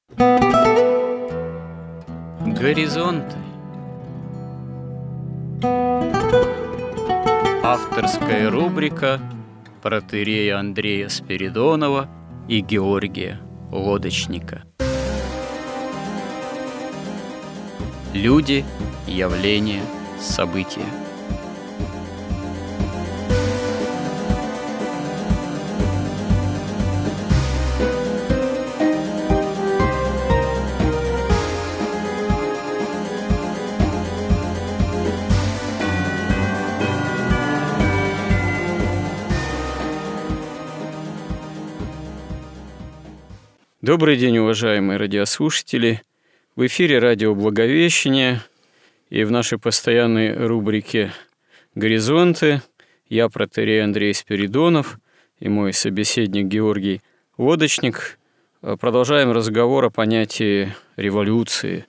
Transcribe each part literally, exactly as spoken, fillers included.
Горизонты. Авторская рубрика протоиерея Андрея Спиридонова и Георгия Лодочника. Люди, явления, события. Добрый день, уважаемые радиослушатели! В эфире радио «Благовещение» и в нашей постоянной рубрике «Горизонты» я, протоиерей Андрей Спиридонов, и мой собеседник Георгий Лодочник продолжаем разговор о понятии революции,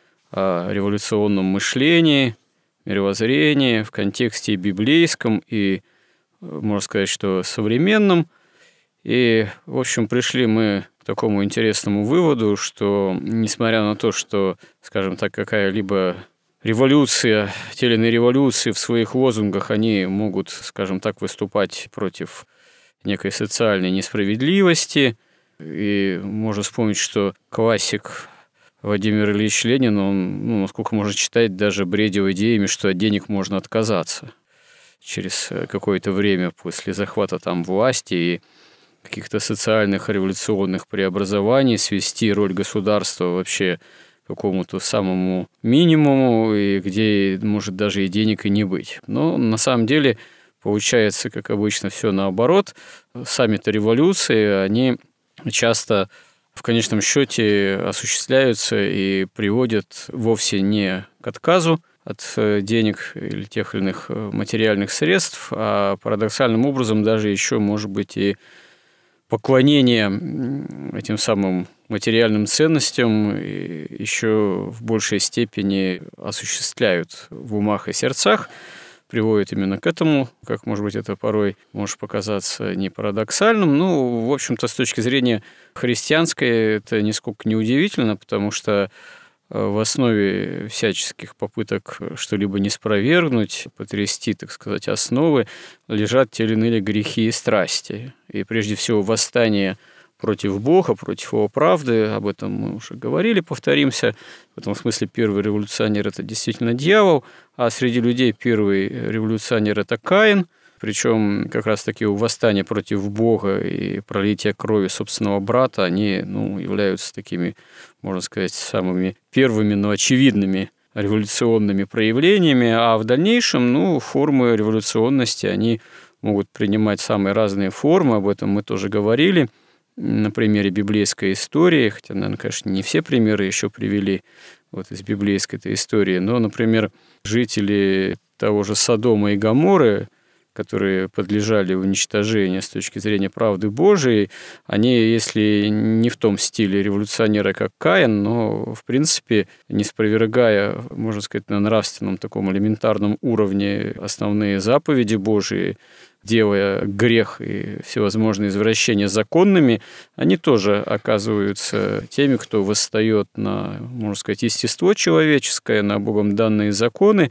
о революционном мышлении, мировоззрении в контексте библейском и, можно сказать, что современном. И, в общем, пришли мы к такому интересному выводу, что, несмотря на то, что, скажем так, какая-либо революция, те или иные революции в своих лозунгах, они могут, скажем так, выступать против некой социальной несправедливости. И можно вспомнить, что классик Владимир Ильич Ленин, он, ну, насколько можно читать, даже бредил идеями, что от денег можно отказаться через какое-то время после захвата там власти и каких-то социальных революционных преобразований, свести роль государства вообще к какому-то самому минимуму, и где может даже и денег и не быть. Но на самом деле получается, как обычно, все наоборот. Сами-то революции, они часто в конечном счете осуществляются и приводят вовсе не к отказу от денег или тех или иных материальных средств, а парадоксальным образом даже еще, может быть, и поклонение этим самым материальным ценностям еще в большей степени осуществляют в умах и сердцах, приводит именно к этому, как, может быть, это порой может показаться не парадоксальным. Ну, в общем-то, с точки зрения христианской это нисколько не удивительно, потому что в основе всяческих попыток что-либо не спровергнуть, потрясти, так сказать, основы, лежат те или иные грехи и страсти. И прежде всего восстание против Бога, против Его правды, об этом мы уже говорили, повторимся. В этом смысле первый революционер – это действительно дьявол, а среди людей первый революционер – это Каин. Причем как раз-таки восстание против Бога и пролитие крови собственного брата, они ну, являются такими, можно сказать, самыми первыми, но очевидными революционными проявлениями, а в дальнейшем ну, формы революционности, они могут принимать самые разные формы, об этом мы тоже говорили на примере библейской истории, хотя, наверное, конечно, не все примеры еще привели вот из библейской истории, но, например, жители того же Содома и Гоморры, которые подлежали уничтожению с точки зрения правды Божией, они, если не в том стиле революционера, как Каин, но, в принципе, не спровергая, можно сказать, на нравственном таком элементарном уровне основные заповеди Божии, делая грех и всевозможные извращения законными, они тоже оказываются теми, кто восстает на, можно сказать, естество человеческое, на Богом данные законы.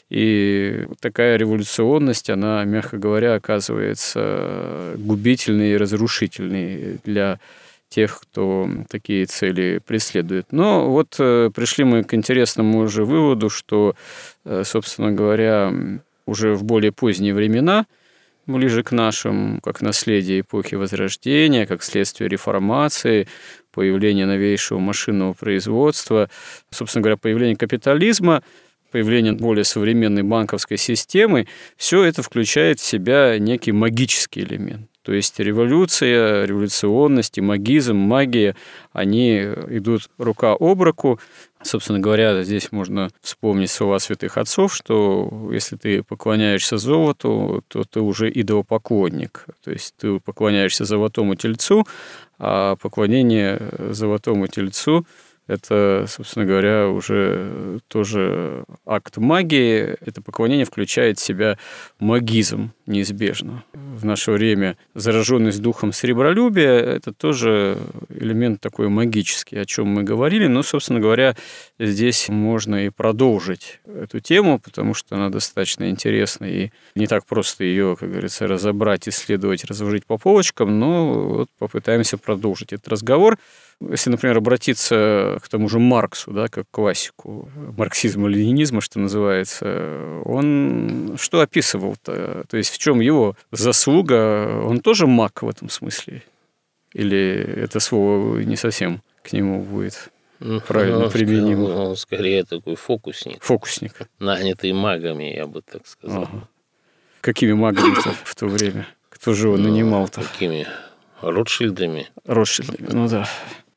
И такая революционность, она, мягко говоря, оказывается губительной и разрушительной для тех, кто такие цели преследует. Но вот пришли мы к интересному уже выводу, что, собственно говоря, уже в более поздние времена, ближе к нашим, как наследие эпохи Возрождения, как следствие реформации, появления новейшего машинного производства, собственно говоря, появление капитализма, появление более современной банковской системы, все это включает в себя некий магический элемент. То есть революция, революционность и магизм, магия, они идут рука об руку. Собственно говоря, здесь можно вспомнить слова святых отцов, что если ты поклоняешься золоту, то ты уже идолопоклонник. То есть ты поклоняешься золотому тельцу, а поклонение золотому тельцу это, собственно говоря, уже тоже акт магии. Это поклонение включает в себя магизм неизбежно. В наше время зараженность духом сребролюбия – это тоже элемент такой магический, о чем мы говорили. Но, собственно говоря, здесь можно и продолжить эту тему, потому что она достаточно интересна, и не так просто ее, как говорится, разобрать, исследовать, разложить по полочкам, но вот попытаемся продолжить этот разговор. Если, например, обратиться к тому же Марксу, да, как к классику марксизма-ленинизма, что называется, он что описывал-то? То есть в чем его заслуга? Он тоже маг в этом смысле? Или это слово не совсем к нему будет правильно ну, применимо? Он скорее такой фокусник. Фокусник. Нанятый магами, я бы так сказал. Ага. Какими магами-то в то время? Кто же его нанимал-то? Ну, какими? Ротшильдами. Ротшильдами, ну да.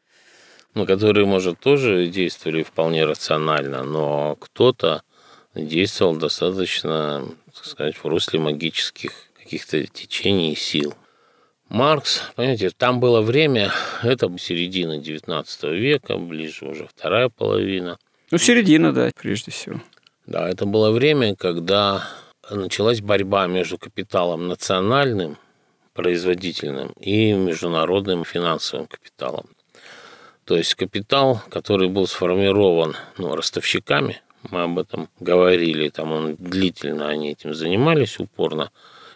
Ну, которые, может, тоже действовали вполне рационально, но кто-то действовал достаточно, так сказать, в русле магических каких-то течений и сил. Маркс, понимаете, там было время, это середина девятнадцатого века, ближе уже вторая половина. Ну, середина, да, прежде всего. Да, это было время, когда началась борьба между капиталом национальным, производительным, и международным финансовым капиталом. То есть капитал, который был сформирован ну, ростовщиками, мы об этом говорили, там он длительно они этим занимались упорно.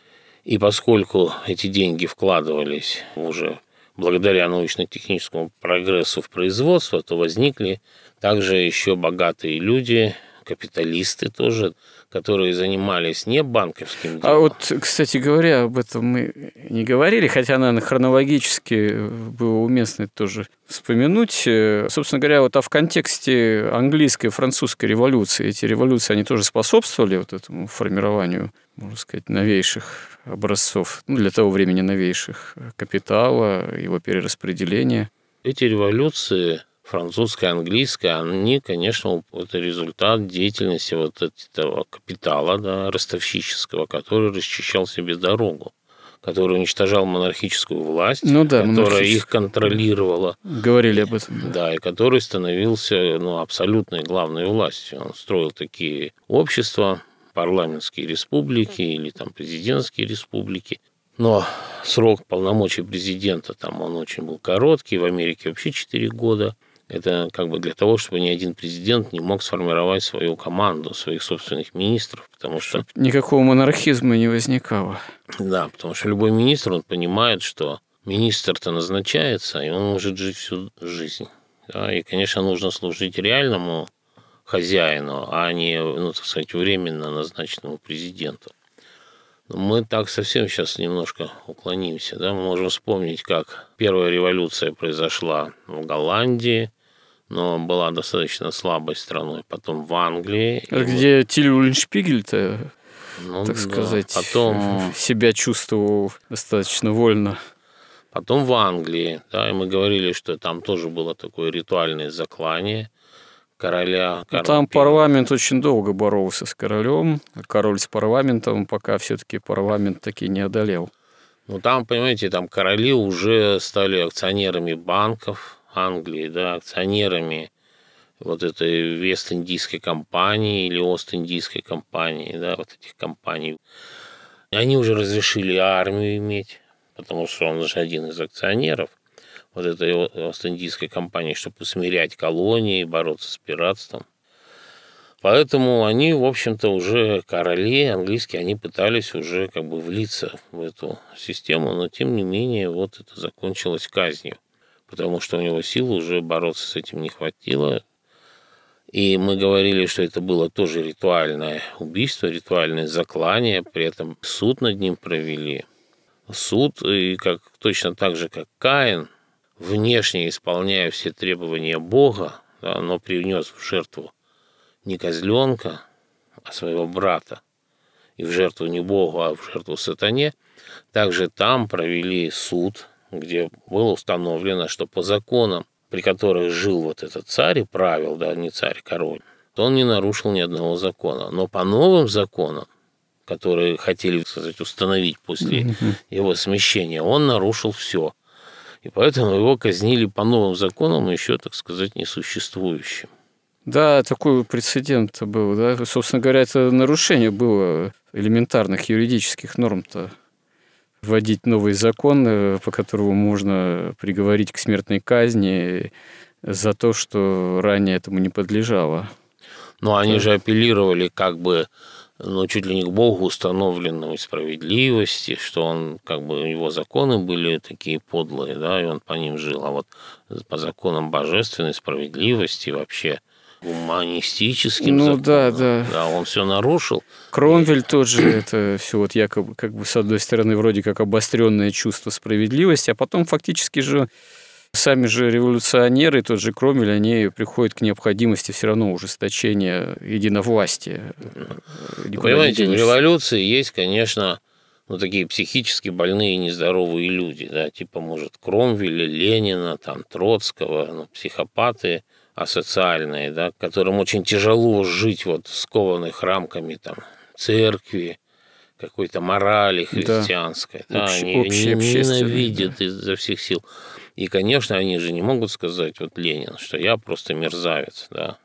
И поскольку эти деньги вкладывались уже благодаря научно-техническому прогрессу в производство, то возникли также еще богатые люди, капиталисты тоже, которые занимались не банковским делом. А вот, кстати говоря, об этом мы не говорили, хотя, наверное, хронологически было уместно тоже вспомянуть. Собственно говоря, вот а в контексте английской и французской революции, эти революции, они тоже способствовали вот этому формированию, можно сказать, новейших образцов, ну, для того времени новейших, капитала, его перераспределения. Эти революции, французская, английская, они, конечно, это результат деятельности вот этого капитала, да, ростовщического, который расчищал себе дорогу, который уничтожал монархическую власть, ну, да, которая их контролировала. Говорили об этом. Да, да и который становился ну, абсолютной главной властью. Он строил такие общества, парламентские республики или там президентские республики. Но срок полномочий президента там он очень был короткий, в Америке вообще четыре года. Это как бы для того, чтобы ни один президент не мог сформировать свою команду, своих собственных министров, потому что... Чтоб никакого монархизма не возникало. Да, потому что любой министр, он понимает, что министр-то назначается, и он может жить всю жизнь. Да, и, конечно, нужно служить реальному хозяину, а не, ну, так сказать, временно назначенному президенту. Но мы так совсем сейчас немножко уклонимся. Да? Мы можем вспомнить, как первая революция произошла в Голландии, но была достаточно слабой страной. Потом в Англии. Где вот... Тиль Уллиншпигель-то, ну, так да. сказать, потом... себя чувствовал достаточно вольно. Потом в Англии. Да, и мы говорили, что там тоже было такое ритуальное заклание короля. Ну, там парламент очень долго боролся с королем, король с парламентом, пока все-таки парламент таки не одолел. Ну, там, понимаете, там короли уже стали акционерами банков Англии, да, акционерами вот этой Вест-Индийской компании или Ост-Индийской компании, да, вот этих компаний. Они уже разрешили армию иметь, потому что он же один из акционеров вот этой Ост-Индийской компании, чтобы усмирять колонии, бороться с пиратством. Поэтому они, в общем-то, уже короли английские, они пытались уже как бы влиться в эту систему, но, тем не менее, вот это закончилось казнью, потому что у него сил уже бороться с этим не хватило. И мы говорили, что это было тоже ритуальное убийство, ритуальное заклание, при этом суд над ним провели. Суд, и как, точно так же, как Каин, внешне исполняя все требования Бога, да, но принес в жертву не козленка, а своего брата, и в жертву не Богу, а в жертву сатане, также там провели суд, где было установлено, что по законам, при которых жил вот этот царь и правил, да, не царь, король, то он не нарушил ни одного закона. Но по новым законам, которые хотели, так сказать, установить после его смещения, он нарушил все. И поэтому его казнили по новым законам, еще, так сказать, несуществующим. Да, такой прецедент был, да. Собственно говоря, это нарушение было элементарных юридических норм-то. Вводить новый закон, по которому можно приговорить к смертной казни за то, что ранее этому не подлежало. Но они же апеллировали как бы, ну, чуть ли не к Богу установленной справедливости, что он, как бы, у него законы были такие подлые, да, и он по ним жил. А вот по законам божественной справедливости вообще гуманистическим ну, законам, да, да. да, он все нарушил. Кромвель тот же, это все вот якобы, как бы, с одной стороны, вроде как обостренное чувство справедливости, а потом фактически же сами же революционеры, тот же Кромвель, они приходят к необходимости все равно ужесточения единовластия. Понимаете, в революции есть, конечно, ну, такие психически больные и нездоровые люди, да, типа, может, Кромвеля, Ленина, там, Троцкого, ну, психопаты асоциальные, да, которым очень тяжело жить вот скованных рамками там церкви, какой-то морали христианской. Да, да, Общ, они ненавидят, да, изо всех сил. И, конечно, они же не могут сказать, вот Ленин, что я просто мерзавец, да.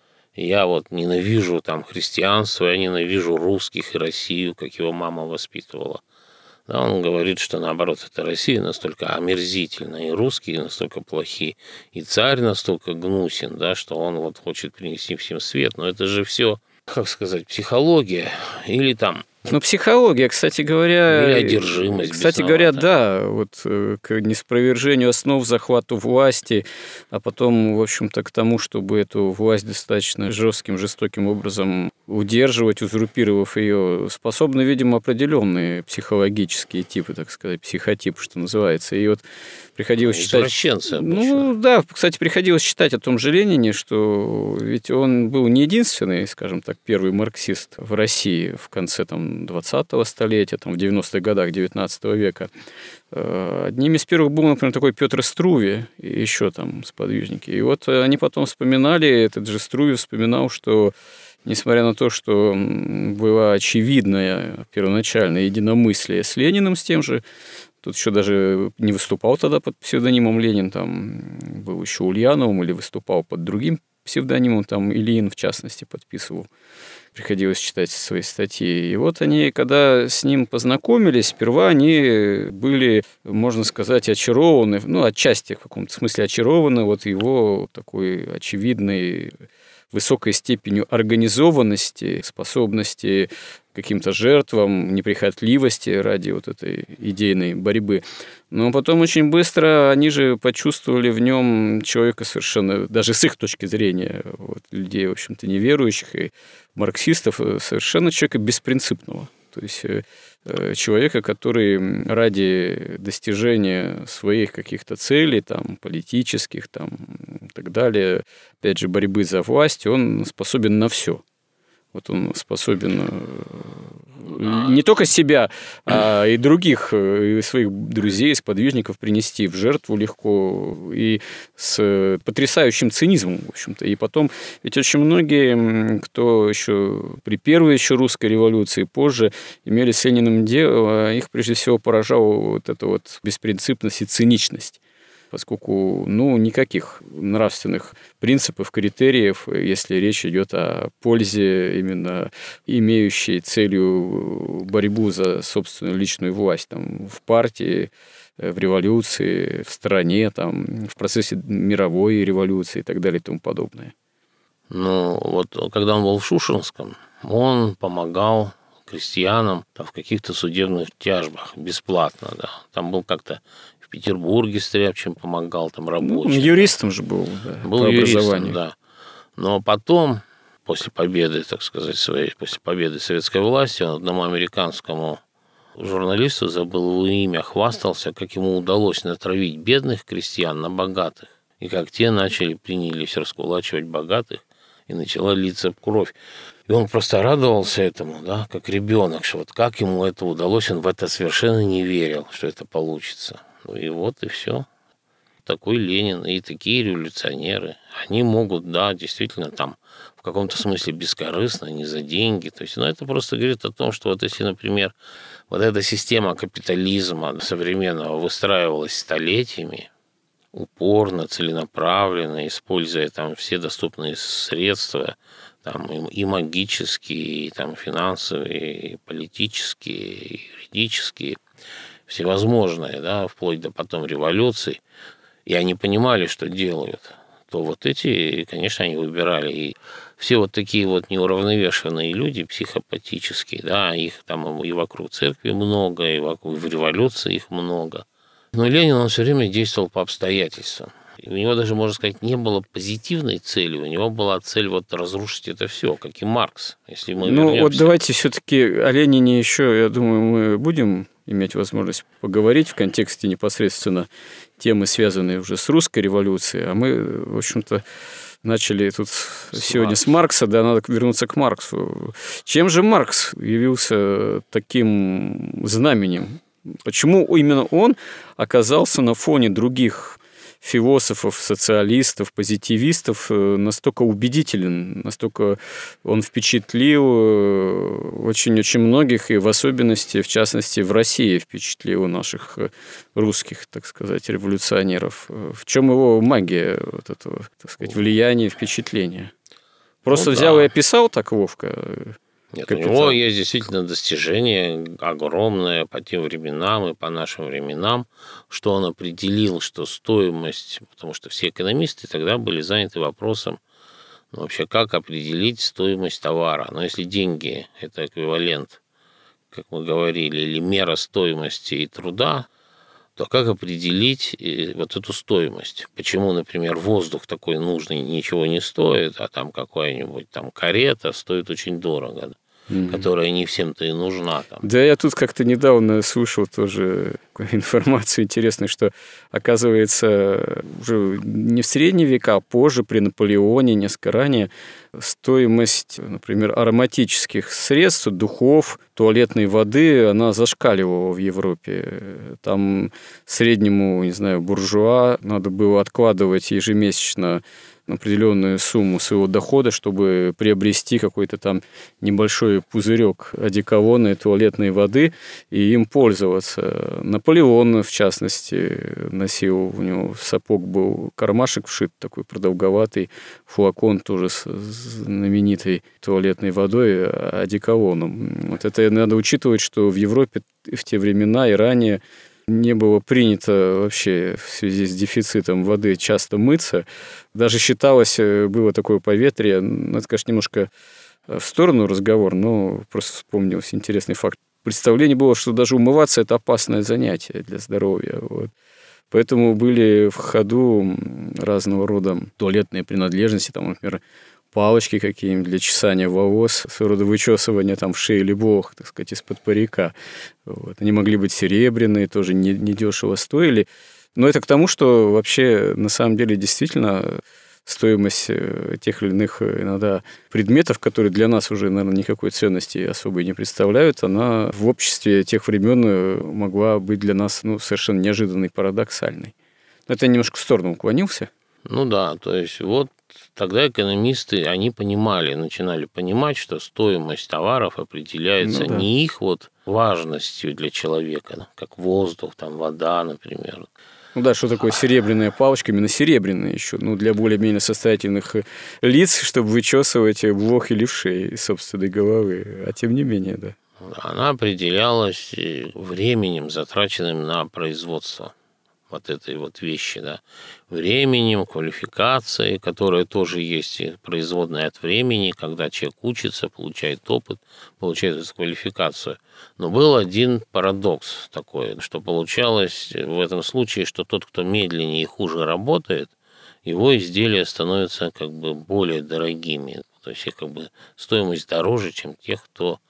Я вот ненавижу там христианство, я ненавижу русских и Россию, как его мама воспитывала. Да, он говорит, что наоборот, эта Россия настолько омерзительна, и русские настолько плохие, и царь настолько гнусен, да, что он вот хочет принести всем свет. Но это же все, как сказать, психология или там... Ну, психология, кстати говоря... Или одержимость. Кстати говоря, да, вот к неспровержению основ захвату власти, а потом, в общем-то, к тому, чтобы эту власть достаточно жестким, жестоким образом удерживать, узурпировав ее, способны, видимо, определенные психологические типы, так сказать, психотипы, что называется. И вот приходилось ну, читать... Извращенцы обычно. Ну, да, кстати, приходилось читать о том же Ленине, что ведь он был не единственный, скажем так, первый марксист в России в конце там двадцатого столетия, там, в девяностых годах девятнадцатого века. Одним из первых был, например, такой Петр Струве и еще там сподвижники. И вот они потом вспоминали, этот же Струве вспоминал, что несмотря на то, что было очевидное первоначальное единомыслие с Лениным, с тем же, тут еще даже не выступал тогда под псевдонимом Ленин, там был еще Ульяновым или выступал под другим псевдонимом, там Ильин, в частности, подписывал. Приходилось читать свои статьи. И вот они, когда с ним познакомились, сперва они были, можно сказать, очарованы, ну, отчасти в каком-то смысле очарованы вот его такой очевидной высокой степенью организованности, способности к каким-то жертвам, неприхотливости ради вот этой идейной борьбы. Но потом очень быстро они же почувствовали в нем человека совершенно, даже с их точки зрения, вот, людей, в общем-то, неверующих и марксистов, совершенно человека беспринципного. То есть человека, который ради достижения своих каких-то целей, там, политических, там, и так далее, опять же, борьбы за власть, он способен на все. Вот он способен не только себя, а и других, и своих друзей, сподвижников принести в жертву легко и с потрясающим цинизмом, в общем-то. И потом, ведь очень многие, кто еще при первой еще русской революции, позже имели с Лениным дело, их прежде всего поражала вот эта вот беспринципность и циничность. Поскольку, ну, никаких нравственных принципов, критериев, если речь идет о пользе, именно имеющей целью борьбу за собственную личную власть там, в партии, в революции, в стране, там, в процессе мировой революции и так далее и тому подобное. Ну, вот когда он был в Шушенском, он помогал крестьянам там, в каких-то судебных тяжбах бесплатно, да. Там был как-то в Петербурге Стряпчин помогал, там рабочим. Ну, юристом же был, да, был по юристом, образованию. Да. Но потом, после победы, так сказать, своей, после победы советской власти, он одному американскому журналисту, забыл его имя, хвастался, как ему удалось натравить бедных крестьян на богатых. И как те начали, принялись раскулачивать богатых, и начала литься кровь. И он просто радовался этому, да, как ребенок, что вот как ему это удалось, он в это совершенно не верил, что это получится. Ну и вот, и все. такой Ленин и такие революционеры. Они могут, да, действительно там в каком-то смысле бескорыстно, не за деньги. То есть, ну, это просто говорит о том, что вот если, например, вот эта система капитализма современного выстраивалась столетиями, упорно, целенаправленно, используя там все доступные средства, там и магические, и там финансовые, и политические, и юридические, всевозможные, да, вплоть до потом революций, и они понимали, что делают, то вот эти, конечно, они выбирали. И все вот такие вот неуравновешенные люди, психопатические, да, их там и вокруг церкви много, и вокруг в революции их много. Но Ленин, он все время действовал по обстоятельствам. У него даже, можно сказать, не было позитивной цели, у него была цель вот разрушить это все, как и Маркс. Если мы ну, вернемся... вот давайте все-таки о Ленине еще, я думаю, мы будем иметь возможность поговорить в контексте непосредственно темы, связанные уже с русской революцией. А мы, в общем-то, начали тут с сегодня Маркс. с Маркса, да, надо вернуться к Марксу. Чем же Маркс явился таким знаменем? Почему именно он оказался на фоне других философов, социалистов, позитивистов настолько убедителен, настолько он впечатлил очень-очень многих, и в особенности, в частности, в России впечатлил наших русских, так сказать, революционеров. В чем его магия вот этого, так сказать, влияния, впечатления? Просто ну, взял да. и описал так ловко. Нет, капитал. У него есть действительно достижение огромное по тем временам и по нашим временам, что он определил, что стоимость, потому что все экономисты тогда были заняты вопросом, ну, вообще, как определить стоимость товара. Но если деньги – это эквивалент, как мы говорили, или мера стоимости и труда, то как определить вот эту стоимость? Почему, например, воздух такой нужный ничего не стоит, а там какая-нибудь там карета стоит очень дорого, mm-hmm. которая не всем-то и нужна. Там. Да, я тут как-то недавно слышал тоже информацию интересную, что, оказывается, уже не в средние века, а позже, при Наполеоне, несколько ранее, стоимость, например, ароматических средств, духов, туалетной воды, она зашкаливала в Европе. Там среднему, не знаю, буржуа надо было откладывать ежемесячно определенную сумму своего дохода, чтобы приобрести какой-то там небольшой пузырек одеколона и туалетной воды и им пользоваться. Наполеон, в частности, носил, у него в сапог был кармашек вшит, такой продолговатый, флакон тоже с знаменитой туалетной водой, одеколоном. Вот это надо учитывать, что в Европе в те времена и ранее не было принято вообще в связи с дефицитом воды часто мыться. Даже считалось, было такое поветрие, ну, это, конечно, немножко в сторону разговор, но просто вспомнился интересный факт. Представление было, что даже умываться – это опасное занятие для здоровья. Вот. Поэтому были в ходу разного рода туалетные принадлежности, там, например, палочки какие-нибудь для чесания волос, своего рода вычесывания там в шее или бок, так сказать, из-под парика. Вот. Они могли быть серебряные, тоже недешево стоили. Но это к тому, что вообще на самом деле действительно стоимость тех или иных иногда предметов, которые для нас уже, наверное, никакой ценности особой не представляют, она в обществе тех времен могла быть для нас ну, совершенно неожиданной, парадоксальной. Но это немножко в сторону уклонился. Ну да, то есть вот тогда экономисты, они понимали, начинали понимать, что стоимость товаров определяется ну, да. не их вот важностью для человека, как воздух, там, вода, например. Ну да, что такое серебряная палочка, именно серебряная еще, ну, для более-менее состоятельных лиц, чтобы вычесывать блох или в шее собственной головы, а тем не менее, да. Она определялась временем, затраченным на производство вот этой вот вещи, да, временем, квалификацией, которая тоже есть производная от времени, когда человек учится, получает опыт, получает эту квалификацию. Но был один парадокс такой, что получалось в этом случае, что тот, кто медленнее и хуже работает, его изделия становятся как бы более дорогими, то есть их как бы стоимость дороже, чем тех, кто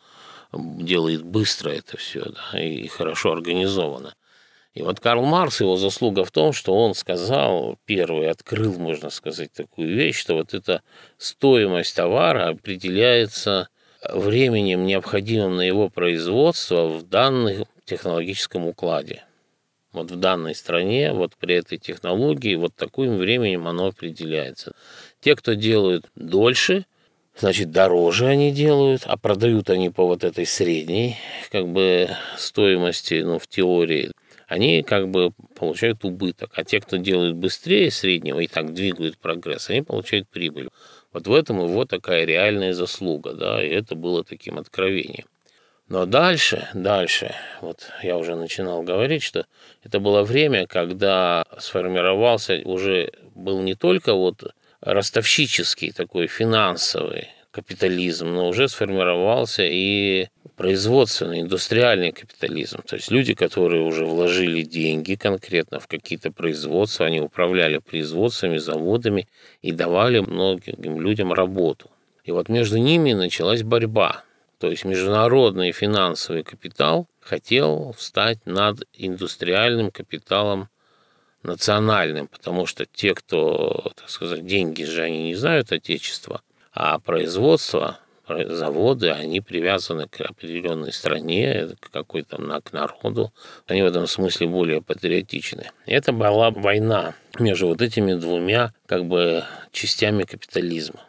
делает быстро это все, да, и хорошо организовано. И вот Карл Маркс, его заслуга в том, что он сказал, первый открыл, можно сказать, такую вещь, что вот эта стоимость товара определяется временем, необходимым на его производство в данном технологическом укладе. Вот в данной стране, вот при этой технологии, вот таким временем оно определяется. Те, кто делают дольше, значит, дороже они делают, а продают они по вот этой средней как бы стоимости, ну, в теории, они как бы получают убыток. А те, кто делают быстрее среднего и так двигают прогресс, они получают прибыль. Вот в этом его такая реальная заслуга, да, и это было таким откровением. Но дальше, дальше, вот я уже начинал говорить, что это было время, когда сформировался уже, был не только вот ростовщический такой финансовый капитализм, но уже сформировался и производственный, индустриальный капитализм. То есть люди, которые уже вложили деньги конкретно в какие-то производства, они управляли производствами, заводами и давали многим людям работу. И вот между ними началась борьба. То есть международный финансовый капитал хотел встать над индустриальным капиталом национальным, потому что те, кто, так сказать, деньги же они не знают отечества, а производство, заводы, они привязаны к определенной стране, к какой-то к народу. Они в этом смысле более патриотичны. И это была война между вот этими двумя как бы частями капитализма.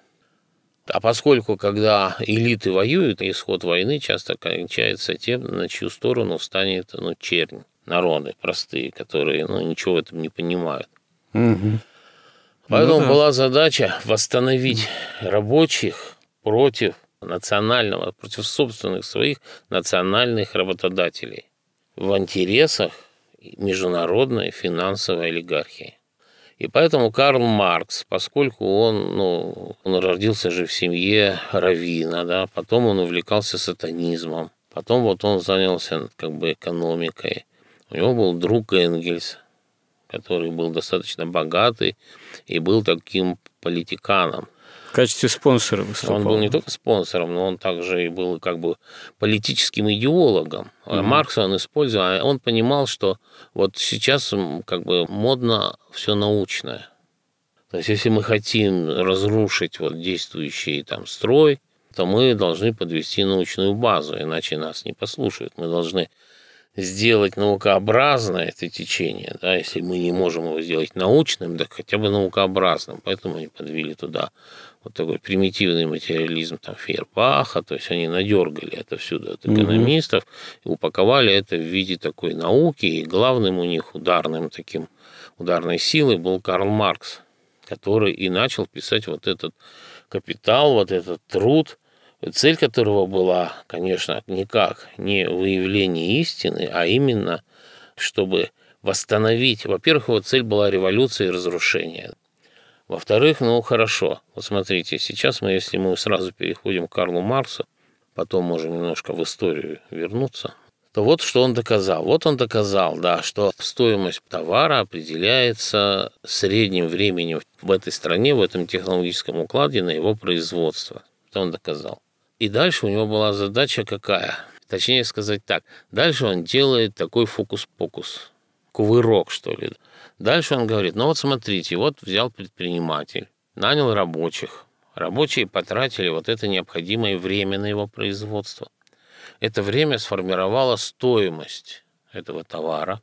А поскольку, когда элиты воюют, исход войны часто кончается тем, на чью сторону встанет ну, чернь, народы простые, которые ну, ничего в этом не понимают. Угу. Поэтому ну, да. была задача восстановить рабочих против национального, против собственных своих национальных работодателей в интересах международной финансовой олигархии. И поэтому Карл Маркс, поскольку он, ну, он родился же в семье раввина, да, потом он увлекался сатанизмом, потом вот он занялся как бы экономикой. У него был друг Энгельс, который был достаточно богатый и был таким политиканом. В качестве спонсора выступал. Он был не только спонсором, но он также и был как бы политическим идеологом. Mm-hmm. Маркса он использовал, он понимал, что вот сейчас как бы модно все научное. То есть если мы хотим разрушить вот действующий там строй, то мы должны подвести научную базу, иначе нас не послушают. Мы должны сделать наукообразное это течение, да, если мы не можем его сделать научным, да хотя бы наукообразным. Поэтому они подвели туда вот такой примитивный материализм там Фейербаха, то есть они надергали это всюду от экономистов и упаковали это в виде такой науки, и главным у них ударным таким, ударной силой был Карл Маркс, который и начал писать вот этот «Капитал», вот этот труд, цель которого была, конечно, никак не выявление истины, а именно, чтобы восстановить... Во-первых, его цель была революция и разрушение. Во-вторых, ну, хорошо. Вот смотрите, сейчас мы, если мы сразу переходим к Карлу Марксу, потом можем немножко в историю вернуться, то вот что он доказал. Вот он доказал, да, что стоимость товара определяется средним временем в этой стране, в этом технологическом укладе на его производство. Это он доказал. И дальше у него была задача какая? Точнее сказать так. Дальше он делает такой фокус-покус, кувырок, что ли. Дальше он говорит, ну вот смотрите, вот взял предприниматель, нанял рабочих. Рабочие потратили вот это необходимое время на его производство. Это время сформировало стоимость этого товара.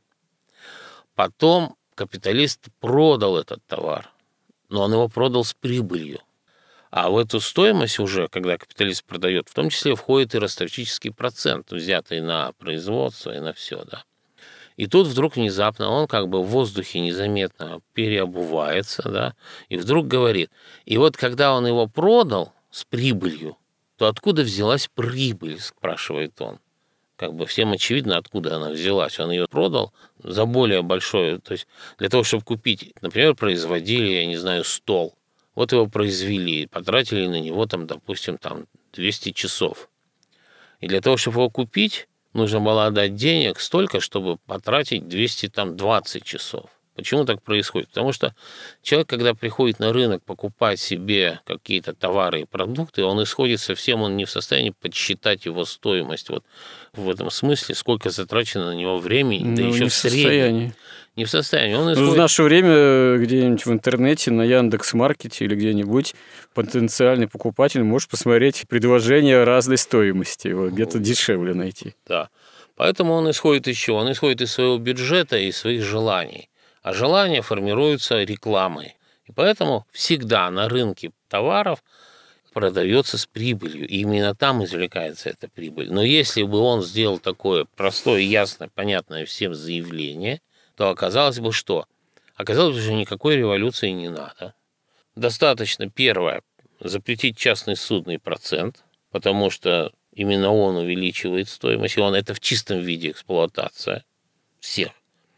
Потом капиталист продал этот товар, но он его продал с прибылью. А в эту стоимость уже, когда капиталист продает, в том числе входит и ростовщический процент, взятый на производство и на все, да. И тут вдруг внезапно он как бы в воздухе незаметно переобувается, да, и вдруг говорит, и вот когда он его продал с прибылью, то откуда взялась прибыль, спрашивает он. Как бы всем очевидно, откуда она взялась. Он ее продал за более большое, то есть для того, чтобы купить, например, производили, я не знаю, стол. Вот его произвели, потратили на него, там, допустим, там двести часов. И для того, чтобы его купить, нужно было отдать денег столько, чтобы потратить двести двадцать часов. Почему так происходит? Потому что человек, когда приходит на рынок покупать себе какие-то товары и продукты, он исходит совсем, он не в состоянии подсчитать его стоимость. Вот в этом смысле, сколько затрачено на него времени, ну, да еще не в среднем. Не в состоянии. Он исходит... ну, в наше время где-нибудь в интернете, на Яндекс.Маркете или где-нибудь потенциальный покупатель может посмотреть предложения разной стоимости, вот, где-то дешевле найти. Да. Поэтому он исходит из чего? Он исходит из своего бюджета и своих желаний. А желания формируются рекламой. И поэтому всегда на рынке товаров продается с прибылью. И именно там извлекается эта прибыль. Но если бы он сделал такое простое, ясное, понятное всем заявление, то оказалось бы что? Оказалось бы, что никакой революции не надо. Достаточно, первое, запретить частный судный процент, потому что именно он увеличивает стоимость, и он это в чистом виде эксплуатация всех.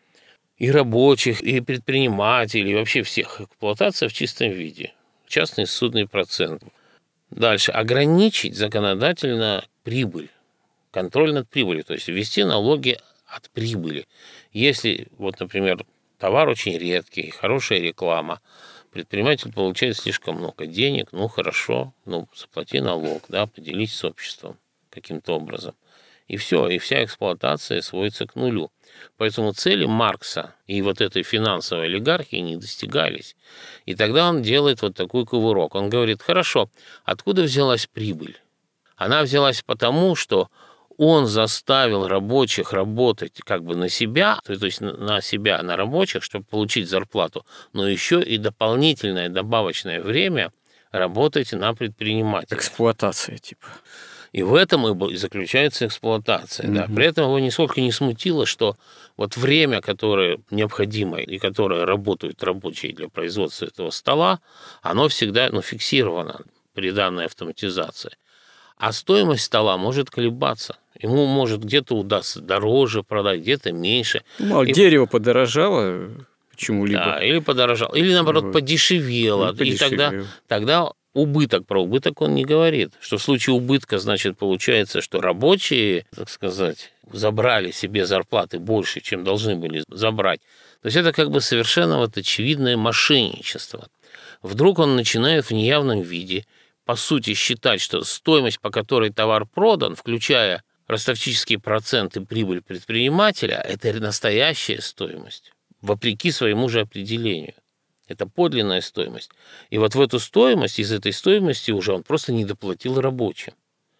И рабочих, и предпринимателей, и вообще всех. Эксплуатация в чистом виде. Частный судный процент. Дальше. Ограничить законодательно прибыль. Контроль над прибылью. То есть ввести налоги от прибыли. Если, вот, например, товар очень редкий, хорошая реклама, предприниматель получает слишком много денег, ну хорошо, ну заплати налог, да, поделись с обществом каким-то образом. И все, и вся эксплуатация сводится к нулю. Поэтому цели Маркса и вот этой финансовой олигархии не достигались. И тогда он делает вот такой кувырок. Он говорит, хорошо, откуда взялась прибыль? Она взялась потому, что он заставил рабочих работать как бы на себя, то есть на себя, на рабочих, чтобы получить зарплату, но еще и дополнительное добавочное время работать на предпринимателя. Эксплуатация типа. И в этом и заключается эксплуатация. Mm-hmm. Да. При этом его нисколько не смутило, что вот время, которое необходимо и которое работают рабочие для производства этого стола, оно всегда ну, фиксировано при данной автоматизации. А стоимость стола может колебаться. Ему может где-то удастся дороже продать, где-то меньше. Ну, а и... дерево подорожало почему-либо. Да, или подорожало, или наоборот вот. подешевело. И, и тогда, тогда убыток, про убыток он не говорит. Что в случае убытка, значит, получается, что рабочие, так сказать, забрали себе зарплаты больше, чем должны были забрать. То есть это как бы совершенно вот очевидное мошенничество. Вдруг он начинает в неявном виде, по сути, считать, что стоимость, по которой товар продан, включая ростовчические проценты прибыль предпринимателя, это настоящая стоимость, вопреки своему же определению. Это подлинная стоимость. И вот в эту стоимость, из этой стоимости уже он просто не доплатил рабочим.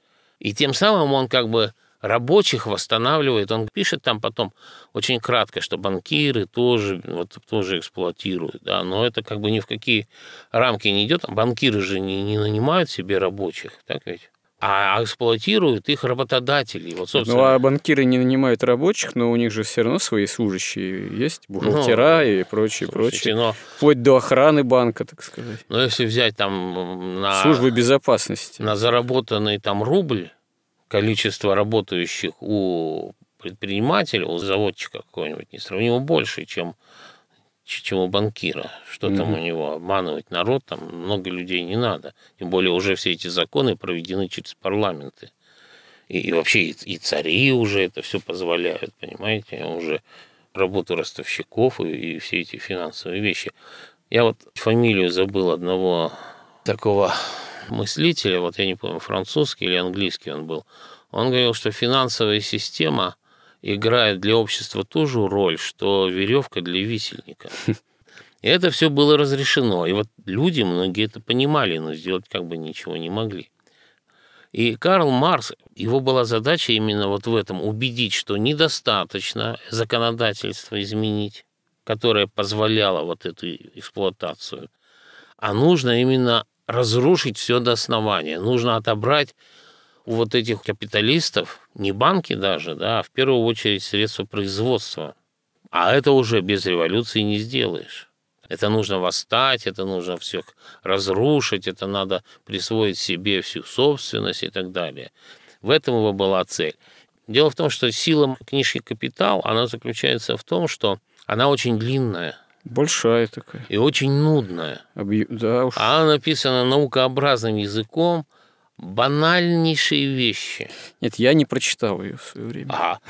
И тем самым он как бы рабочих восстанавливает. Он пишет там потом очень кратко, что банкиры тоже, вот, тоже эксплуатируют. Да? Но это как бы ни в какие рамки не идет. Банкиры же не, не нанимают себе рабочих, так ведь? А эксплуатируют их работодатели. Вот, собственно... Ну, а банкиры не нанимают рабочих, но у них же все равно свои служащие есть, бухгалтера ну, и прочее, слушайте, прочее. Но... Вплоть до охраны банка, так сказать. Но если взять там на... Службы безопасности. На заработанный там рубль, количество работающих у предпринимателя, у заводчика какого-нибудь, несравнимо больше, чем... чем у банкира. Что mm-hmm. там у него? Обманывать народ, там много людей не надо. Тем более уже все эти законы проведены через парламенты. И, и вообще и, и цари уже это все позволяют, понимаете? Уже работу ростовщиков и, и все эти финансовые вещи. Я вот фамилию забыл одного такого мыслителя, вот я не помню, французский или английский он был. Он говорил, что финансовая система играет для общества ту же роль, что веревка для висельника. И это все было разрешено. И вот люди, многие это понимали, но сделать как бы ничего не могли. И Карл Маркс, его была задача именно вот в этом, убедить, что недостаточно законодательство изменить, которое позволяло вот эту эксплуатацию, а нужно именно разрушить все до основания. Нужно отобрать у вот этих капиталистов, не банки даже, да, а в первую очередь средства производства. А это уже без революции не сделаешь. Это нужно восстать, это нужно всех разрушить, это надо присвоить себе всю собственность и так далее. В этом его была цель. Дело в том, что сила книжки «Капитал», она заключается в том, что она очень длинная. Большая такая. И очень нудная. Объ... Да уж. А она написана наукообразным языком, банальнейшие вещи. Нет, я не прочитал ее в свое время. А,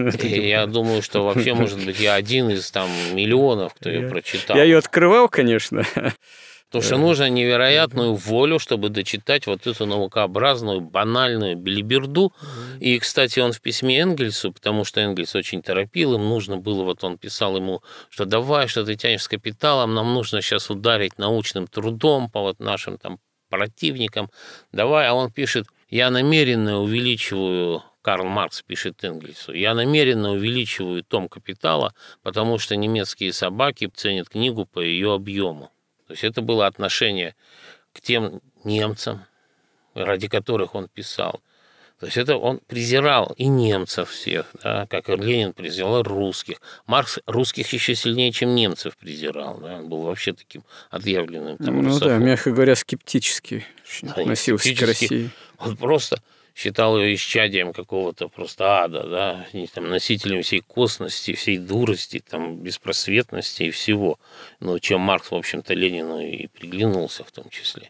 я думаю, что вообще, может быть, я один из там миллионов, кто ее прочитал. Я ее открывал, конечно. Потому что нужно невероятную волю, чтобы дочитать вот эту наукообразную, банальную белиберду. И, кстати, он в письме Энгельсу, потому что Энгельс очень торопил, им нужно было, вот он писал ему, что давай, что ты тянешь с капиталом, нам нужно сейчас ударить научным трудом по вот нашим там противникам, давай, а он пишет, я намеренно увеличиваю Карл Маркс пишет Энгельсу: «Я намеренно увеличиваю том капитала, потому что немецкие собаки ценят книгу по ее объему». То есть это было отношение к тем немцам, ради которых он писал. То есть это он презирал и немцев всех, да, как и Ленин презирал русских. Маркс русских еще сильнее, чем немцев презирал. Да, он был вообще таким отъявленным. Там, ну русофоб. Да, мягко говоря, скептически Да, относился скептически. к России. Он просто считал ее исчадием какого-то просто ада, да, и, там, носителем всей косности, всей дурости, там, беспросветности и всего. Ну, чем Маркс, в общем-то, Ленину и приглянулся в том числе.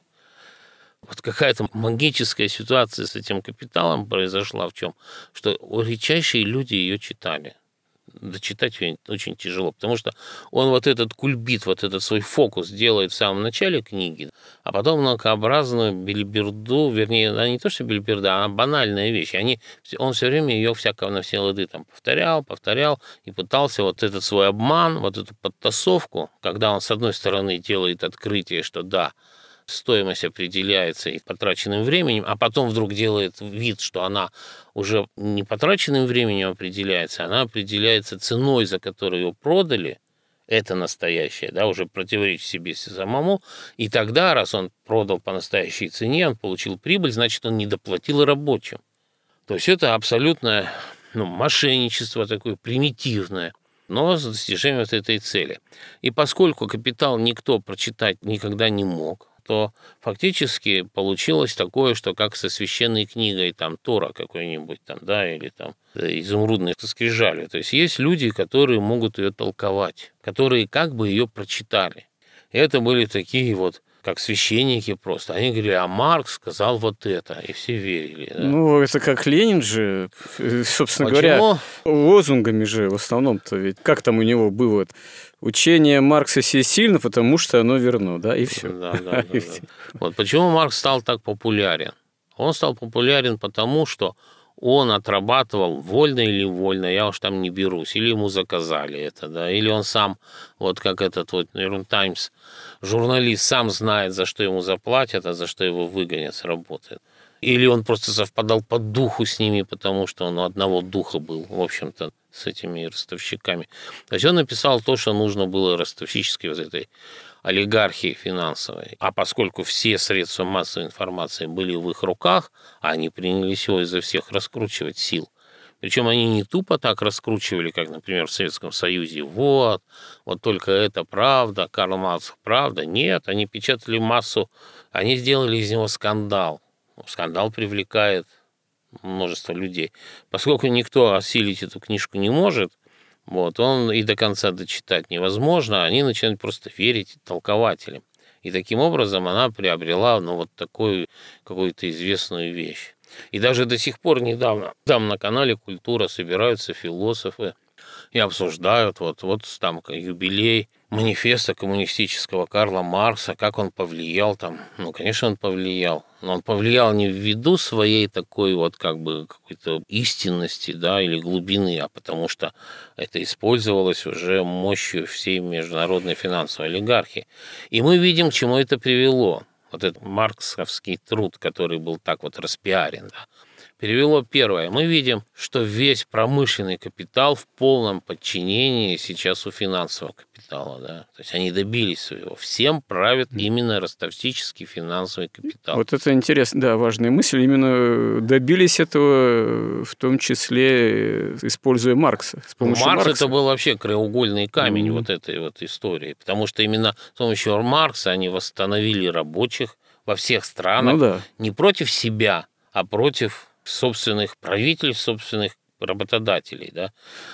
Вот какая-то магическая ситуация с этим капиталом произошла в чем? Что редчайшие люди ее читали. Дочитать ее очень тяжело, потому что он вот этот кульбит, вот этот свой фокус делает в самом начале книги, а потом многообразную бельберду, вернее, она не то, что бельберда, она банальная вещь. Они, он все время ее всяко на все лады там повторял, повторял и пытался вот этот свой обман, вот эту подтасовку, когда он, с одной стороны, делает открытие, что да, стоимость определяется и потраченным временем, а потом вдруг делает вид, что она уже не потраченным временем определяется, она определяется ценой, за которую ее продали. Это настоящее, да, уже противоречит себе самому. И тогда, раз он продал по настоящей цене, он получил прибыль, значит, он не доплатил рабочим. То есть это абсолютное, ну, мошенничество такое примитивное, но с достижением вот этой цели. И поскольку «Капитал» никто прочитать никогда не мог, то фактически получилось такое, что как со священной книгой, там, Тора какой-нибудь, там, да, или там изумрудной скрижали. То есть есть люди, которые могут ее толковать, которые как бы ее прочитали. И это были такие вот, как священники просто. Они говорили, а Маркс сказал вот это, и все верили. Да? Ну, это как Ленин же, собственно Почему? говоря, лозунгами же в основном-то ведь. Как там у него было? Учение Маркса всесильно, потому что оно верно, да, и все. Да, да, да, да. Вот почему Маркс стал так популярен? Он стал популярен потому, что он отрабатывал вольно или вольно, я уж там не берусь, или ему заказали это, да, или он сам, вот как этот вот New York Times журналист, сам знает, за что ему заплатят, а за что его выгонят с работы. Или он просто совпадал по духу с ними, потому что он одного духа был, в общем-то, с этими ростовщиками. То есть он написал то, что нужно было ростовщической вот этой олигархии финансовой. А поскольку все средства массовой информации были в их руках, они принялись его изо всех раскручивать сил. Причем они не тупо так раскручивали, как, например, в Советском Союзе. Вот, вот только это правда, Карл Маркс правда. Нет, они печатали массу, они сделали из него скандал. Скандал привлекает множество людей. Поскольку никто осилить эту книжку не может, вот, он и до конца дочитать невозможно, они начинают просто верить толкователям. И таким образом она приобрела, ну, вот такую какую-то известную вещь. И даже до сих пор недавно там на канале «Культура» собираются философы и обсуждают вот, вот там юбилей манифеста коммунистического Карла Маркса, как он повлиял там. Ну, конечно, он повлиял. Но он повлиял не ввиду своей такой вот как бы какой-то истинности, да, или глубины, а потому что это использовалось уже мощью всей международной финансовой олигархии. И мы видим, к чему это привело. Вот этот марксовский труд, который был так вот распиарен, да, перевело первое. Мы видим, что весь промышленный капитал в полном подчинении сейчас у финансового капитала. Да? То есть они добились своего. Всем правит именно ростовщический финансовый капитал. Вот это интересно, да, важная мысль. Именно добились этого, в том числе используя Маркса. С помощью Маркс Маркса. Это был вообще краеугольный камень mm-hmm. вот этой вот истории. Потому что именно с помощью Маркса они восстановили рабочих во всех странах. Ну, да. Не против себя, а против собственных правительств, собственных работодателей, да,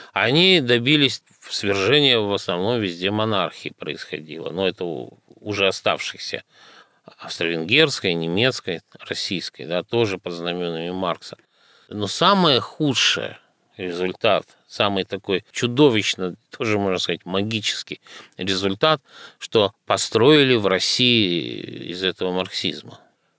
они добились свержения в основном везде монархии происходило, но это уже оставшихся австро-венгерской, немецкой, российской, да, тоже под знаменами Маркса. Но самое худшее результат, самый такой чудовищно, тоже можно сказать, магический результат, что построили в России из этого марксизма,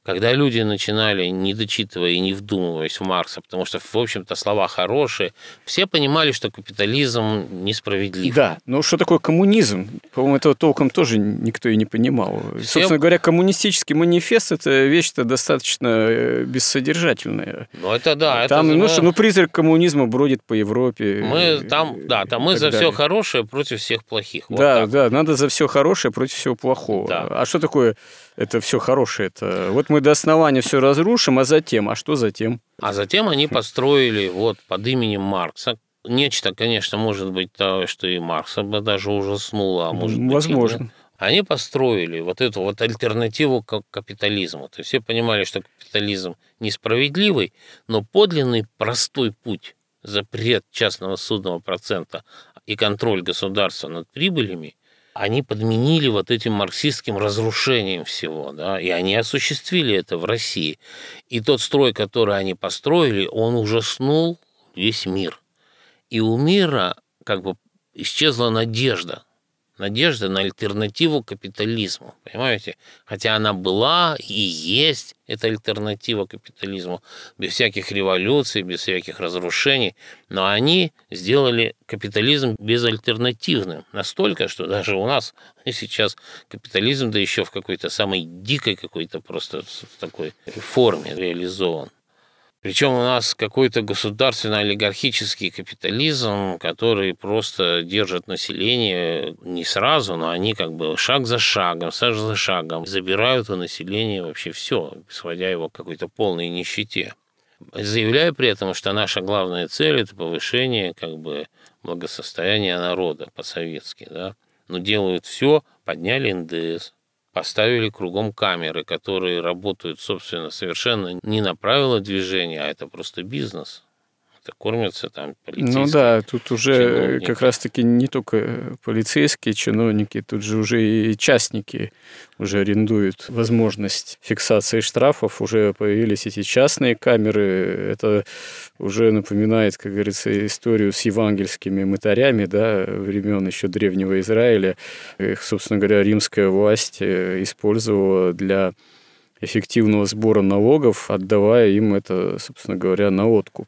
Когда люди начинали, не дочитывая и не вдумываясь в Маркса, потому что, в общем-то, слова хорошие, все понимали, что капитализм несправедлив. Да, но что такое коммунизм? По-моему, этого толком тоже никто и не понимал. Все... Собственно говоря, коммунистический манифест – это вещь-то достаточно бессодержательная. Ну, это да. Там, это... ну, что, ну, призрак коммунизма бродит по Европе. Мы там, да, там мы за далее. Все хорошее против всех плохих. Вот да, так. да, надо за все хорошее против всего плохого. Да. А что такое это все хорошее? Это вот мы до основания все разрушим, а затем, а что затем? А затем они построили вот под именем Маркса нечто, конечно, может быть, то, что и Маркса бы даже ужаснуло, а может быть, возможно. Нет. Они построили вот эту вот альтернативу к капитализму. То есть все понимали, что капитализм несправедливый, но подлинный простой путь, запрет частного судного процента и контроль государства над прибылями, они подменили вот этим марксистским разрушением всего, да, и они осуществили это в России. И тот строй, который они построили, он ужаснул весь мир. И у мира как бы исчезла надежда. Надежда на альтернативу капитализму, понимаете? Хотя она была и есть, эта альтернатива капитализму, без всяких революций, без всяких разрушений, но они сделали капитализм безальтернативным. Настолько, что даже у нас сейчас капитализм, да еще в какой-то самой дикой какой-то просто в такой форме реализован. Причем у нас какой-то государственно-олигархический капитализм, который просто держит население не сразу, но они как бы шаг за шагом, шаг за шагом забирают у населения вообще все, сводя его к какой-то полной нищете. Заявляя при этом, что наша главная цель – это повышение как бы благосостояния народа по-советски, да? Но делают все, подняли эн дэ эс, поставили кругом камеры, которые работают, собственно, совершенно не на правила движения, а это просто бизнес. Это кормятся там полицейские. Ну да, тут уже чиновники. Как раз-таки не только полицейские чиновники, тут же уже и частники уже арендуют возможность фиксации штрафов, уже появились эти частные камеры. Это уже напоминает, как говорится, историю с евангельскими мытарями, да, времен еще древнего Израиля. Их, собственно говоря, римская власть использовала для эффективного сбора налогов, отдавая им это, собственно говоря, на откуп.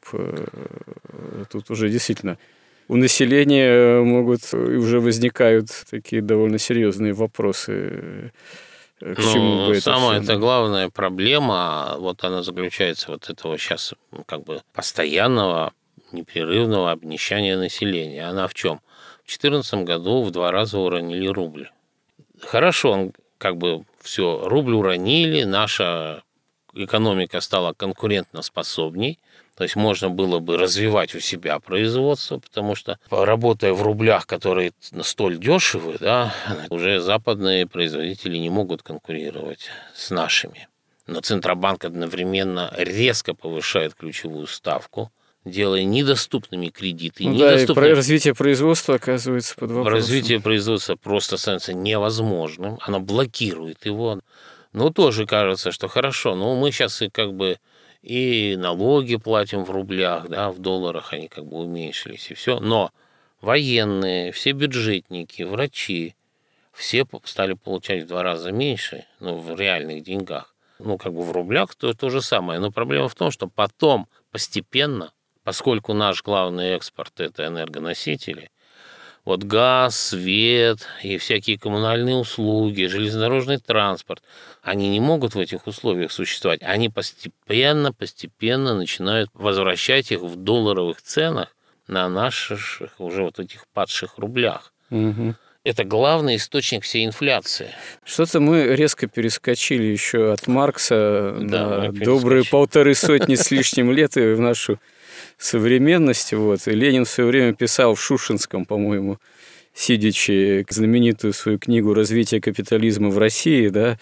Тут уже действительно у населения могут уже возникают такие довольно серьезные вопросы. К чему ну, бы это самая все... это главная проблема, вот она заключается вот этого сейчас как бы постоянного непрерывного обнищания населения. Она в чем? В две тысячи четырнадцатом году в два раза уронили рубль. Хорошо, он как бы все, рубль уронили, наша экономика стала конкурентоспособней, то есть можно было бы развивать у себя производство, потому что, работая в рублях, которые столь дешевы, да, уже западные производители не могут конкурировать с нашими. Но Центробанк одновременно резко повышает ключевую ставку, делая недоступными кредиты. Ну недоступными... Да, и развитие производства оказывается под вопросом. Развитие производства просто становится невозможным, оно блокирует его. Ну, тоже кажется, что хорошо, но мы сейчас и как бы и налоги платим в рублях, да, в долларах они как бы уменьшились, и все. Но военные, все бюджетники, врачи, все стали получать в два раза меньше, ну, в реальных деньгах. Ну, как бы в рублях то, то же самое. Но проблема в том, что потом постепенно, поскольку наш главный экспорт – это энергоносители, вот газ, свет и всякие коммунальные услуги, железнодорожный транспорт, они не могут в этих условиях существовать. Они постепенно, постепенно начинают возвращать их в долларовых ценах на наших уже вот этих падших рублях. Угу. Это главный источник всей инфляции. Что-то мы резко перескочили еще от Маркса да, на добрые полторы сотни с лишним лет и в нашу современность. Вот. И Ленин в свое время писал в Шушинском, по-моему, сидячи, знаменитую свою книгу «Развитие капитализма в России». Да?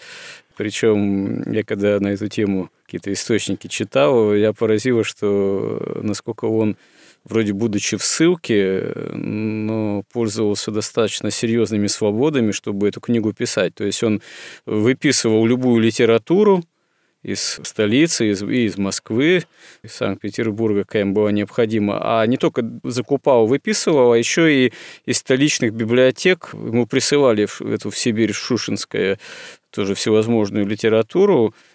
Причем я когда на эту тему какие-то источники читал, я поразило, что насколько он, вроде будучи в ссылке, но пользовался достаточно серьезными свободами, чтобы эту книгу писать. То есть он выписывал любую литературу из столицы, из, и из Москвы, из Санкт-Петербурга, какая им была необходима, а не только закупал, выписывал, а еще и из столичных библиотек ему присылали в, эту, в Сибирь, в Шушинское, тоже всевозможную литературу,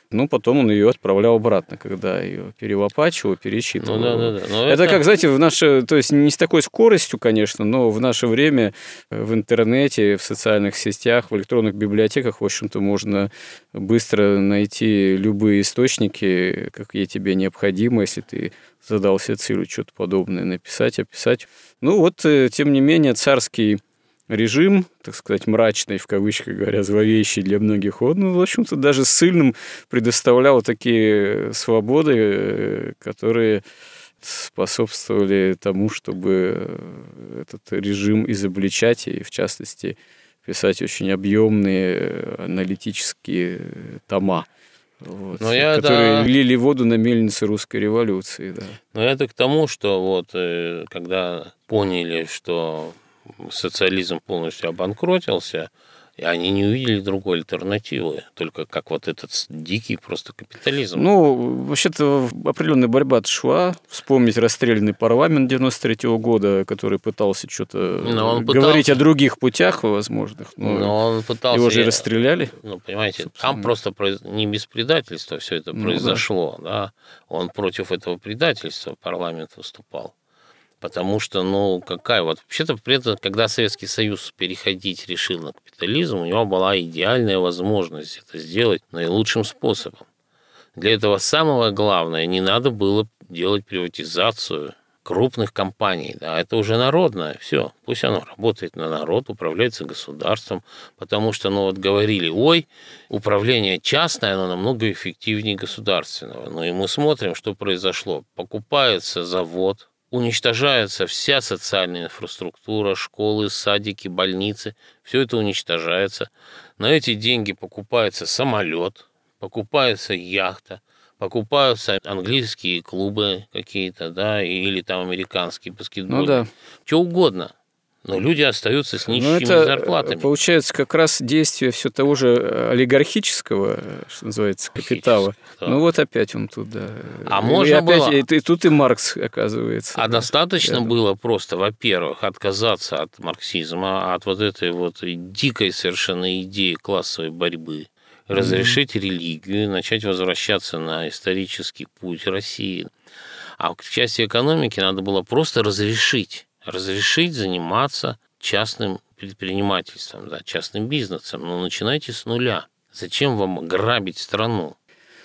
но потом он ее отправлял обратно, когда ее перелопачивал, перечитывал. Ну, да, да, да. Это, это как, знаете, в наше, то есть не с такой скоростью, конечно, но в наше время в интернете, в социальных сетях, в электронных библиотеках, в общем-то, можно быстро найти любые источники, какие тебе необходимы, если ты задался целью что-то подобное написать, описать. Ну вот, тем не менее, царский режим, так сказать, мрачный, в кавычках говоря, зловещий для многих, он, ну, в общем-то, даже ссыльным предоставлял такие свободы, которые способствовали тому, чтобы этот режим изобличать и, в частности, писать очень объемные аналитические тома, вот, я которые это... лили воду на мельнице русской революции. Да. Но это к тому, что вот когда поняли, что социализм полностью обанкротился, и они не увидели другой альтернативы, только как вот этот дикий просто капитализм. Ну, вообще-то определенная борьба шла. Вспомнить расстрелянный парламент девяносто третьего года, который пытался что-то говорить пытался... о других путях возможных. Но, но он пытался... Его же расстреляли. Ну, понимаете, собственно. Там просто не без предательства все это ну, произошло. Да. Да? Он против этого предательства парламент выступал. Потому что, ну, какая вот... Вообще-то, когда Советский Союз переходить решил на капитализм, у него была идеальная возможность это сделать наилучшим способом. Для этого самое главное, не надо было делать приватизацию крупных компаний. Да, это уже народное, все, пусть оно работает на народ, управляется государством, потому что, ну, вот говорили, ой, управление частное, оно намного эффективнее государственного. Ну, и мы смотрим, что произошло. Покупается завод, уничтожается вся социальная инфраструктура, школы, садики, больницы. Все это уничтожается. На эти деньги покупается самолет, покупается яхта, покупаются английские клубы какие-то, да, или там американские баскетбольные. Ну да. Что угодно. Но люди остаются с нищими это зарплатами. Получается как раз действие все того же олигархического, что называется, капитала. Да. Ну вот опять он туда. А и можно опять, было... И, и тут и Маркс оказывается. А да. достаточно рядом. было просто, во-первых, отказаться от марксизма, от вот этой вот дикой совершенно идеи классовой борьбы, разрешить mm-hmm. религию, начать возвращаться на исторический путь России. А к части экономики надо было просто разрешить. Разрешить заниматься частным предпринимательством, да, частным бизнесом. Но начинайте с нуля. Зачем вам грабить страну?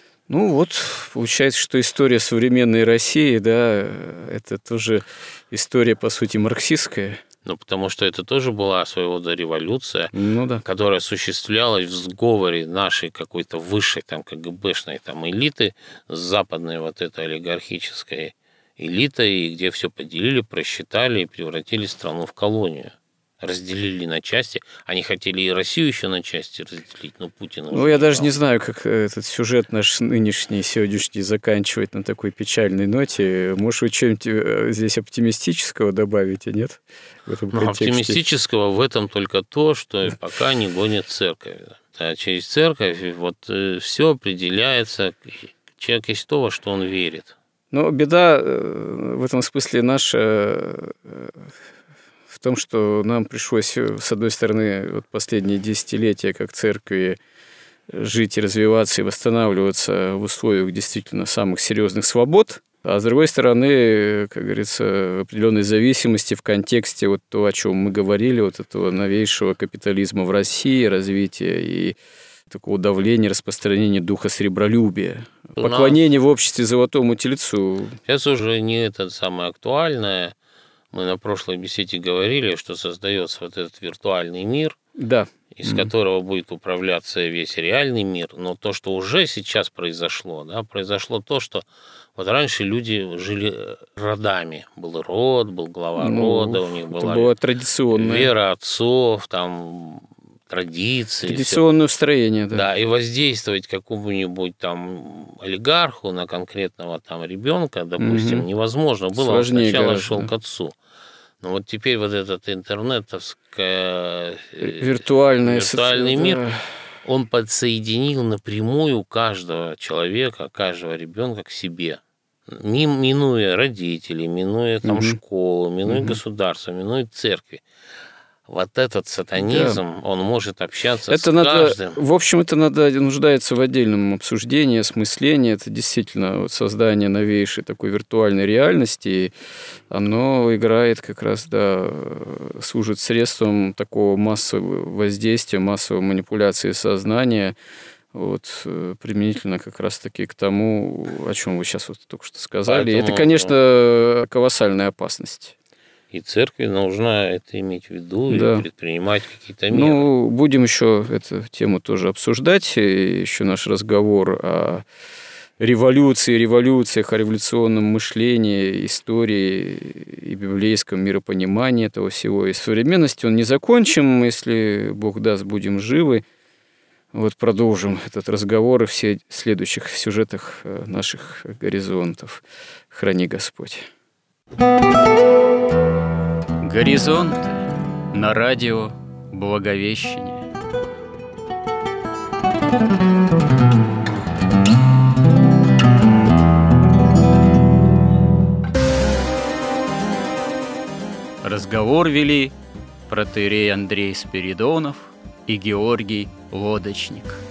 Ну вот, получается, что история современной России, да, это тоже история, по сути, марксистская. Ну, потому что это тоже была своего рода революция, ну, да. которая осуществлялась в сговоре нашей какой-то высшей там КГБшной там элиты с западной вот этой олигархической элитой, где все поделили, просчитали и превратили страну в колонию. Разделили на части. Они хотели и Россию еще на части разделить, но Путин... Ну, я даже не знаю, как этот сюжет наш нынешний, сегодняшний заканчивать на такой печальной ноте. Может, вы что-нибудь здесь оптимистического добавите, нет? В этом ну, оптимистического в этом только то, что пока не гонит церковь. Да, через церковь вот все определяется. Человек есть то, во что он верит. Но беда в этом смысле наша... в том, что нам пришлось, с одной стороны, вот последние десятилетия, как церкви, жить и развиваться и восстанавливаться в условиях действительно самых серьезных свобод, а с другой стороны, как говорится, в определенной зависимости в контексте вот того, о чем мы говорили, вот этого новейшего капитализма в России, развития и такого давления, распространения духа сребролюбия, ну, поклонение в обществе золотому тельцу. Сейчас уже не это самое актуальное. Мы на прошлой беседе говорили, что создается вот этот виртуальный мир, да. из mm-hmm. которого будет управляться весь реальный мир. Но то, что уже сейчас произошло, да, произошло то, что вот раньше люди жили родами. Был род, был глава ну, рода, у них была было традиционная вера отцов, там традиции. Традиционное устроение, да. Да, и воздействовать какому-нибудь там олигарху на конкретного там ребенка, допустим, mm-hmm. невозможно было. Сложнее он сначала гораздо, шел да. к отцу. Но вот теперь вот этот интернетовский виртуальный, виртуальный мир, да. он подсоединил напрямую каждого человека, каждого ребенка к себе. Минуя родителей, минуя там угу. школу, минуя угу. государство, минуя церкви. вот этот сатанизм, да. он может общаться это с надо, каждым. В общем, это надо, нуждается в отдельном обсуждении, осмыслении. Это действительно вот создание новейшей такой виртуальной реальности. И оно играет как раз, да, служит средством такого массового воздействия, массовой манипуляции сознания, вот, применительно как раз-таки к тому, о чем вы сейчас вот только что сказали. Поэтому, это, конечно, колоссальная опасность. И церкви нужно это иметь в виду, да. и предпринимать какие-то меры. Ну, будем еще эту тему тоже обсуждать. И еще наш разговор о революции, революциях, о революционном мышлении, истории и библейском миропонимании этого всего. И современности он не закончим, если Бог даст, будем живы. Вот продолжим этот разговор и все следующих сюжетах наших горизонтов. Храни Господь. Горизонты на радио Благовещение. Разговор вели протоиерей Андрей Спиридонов и Георгий Лодочник.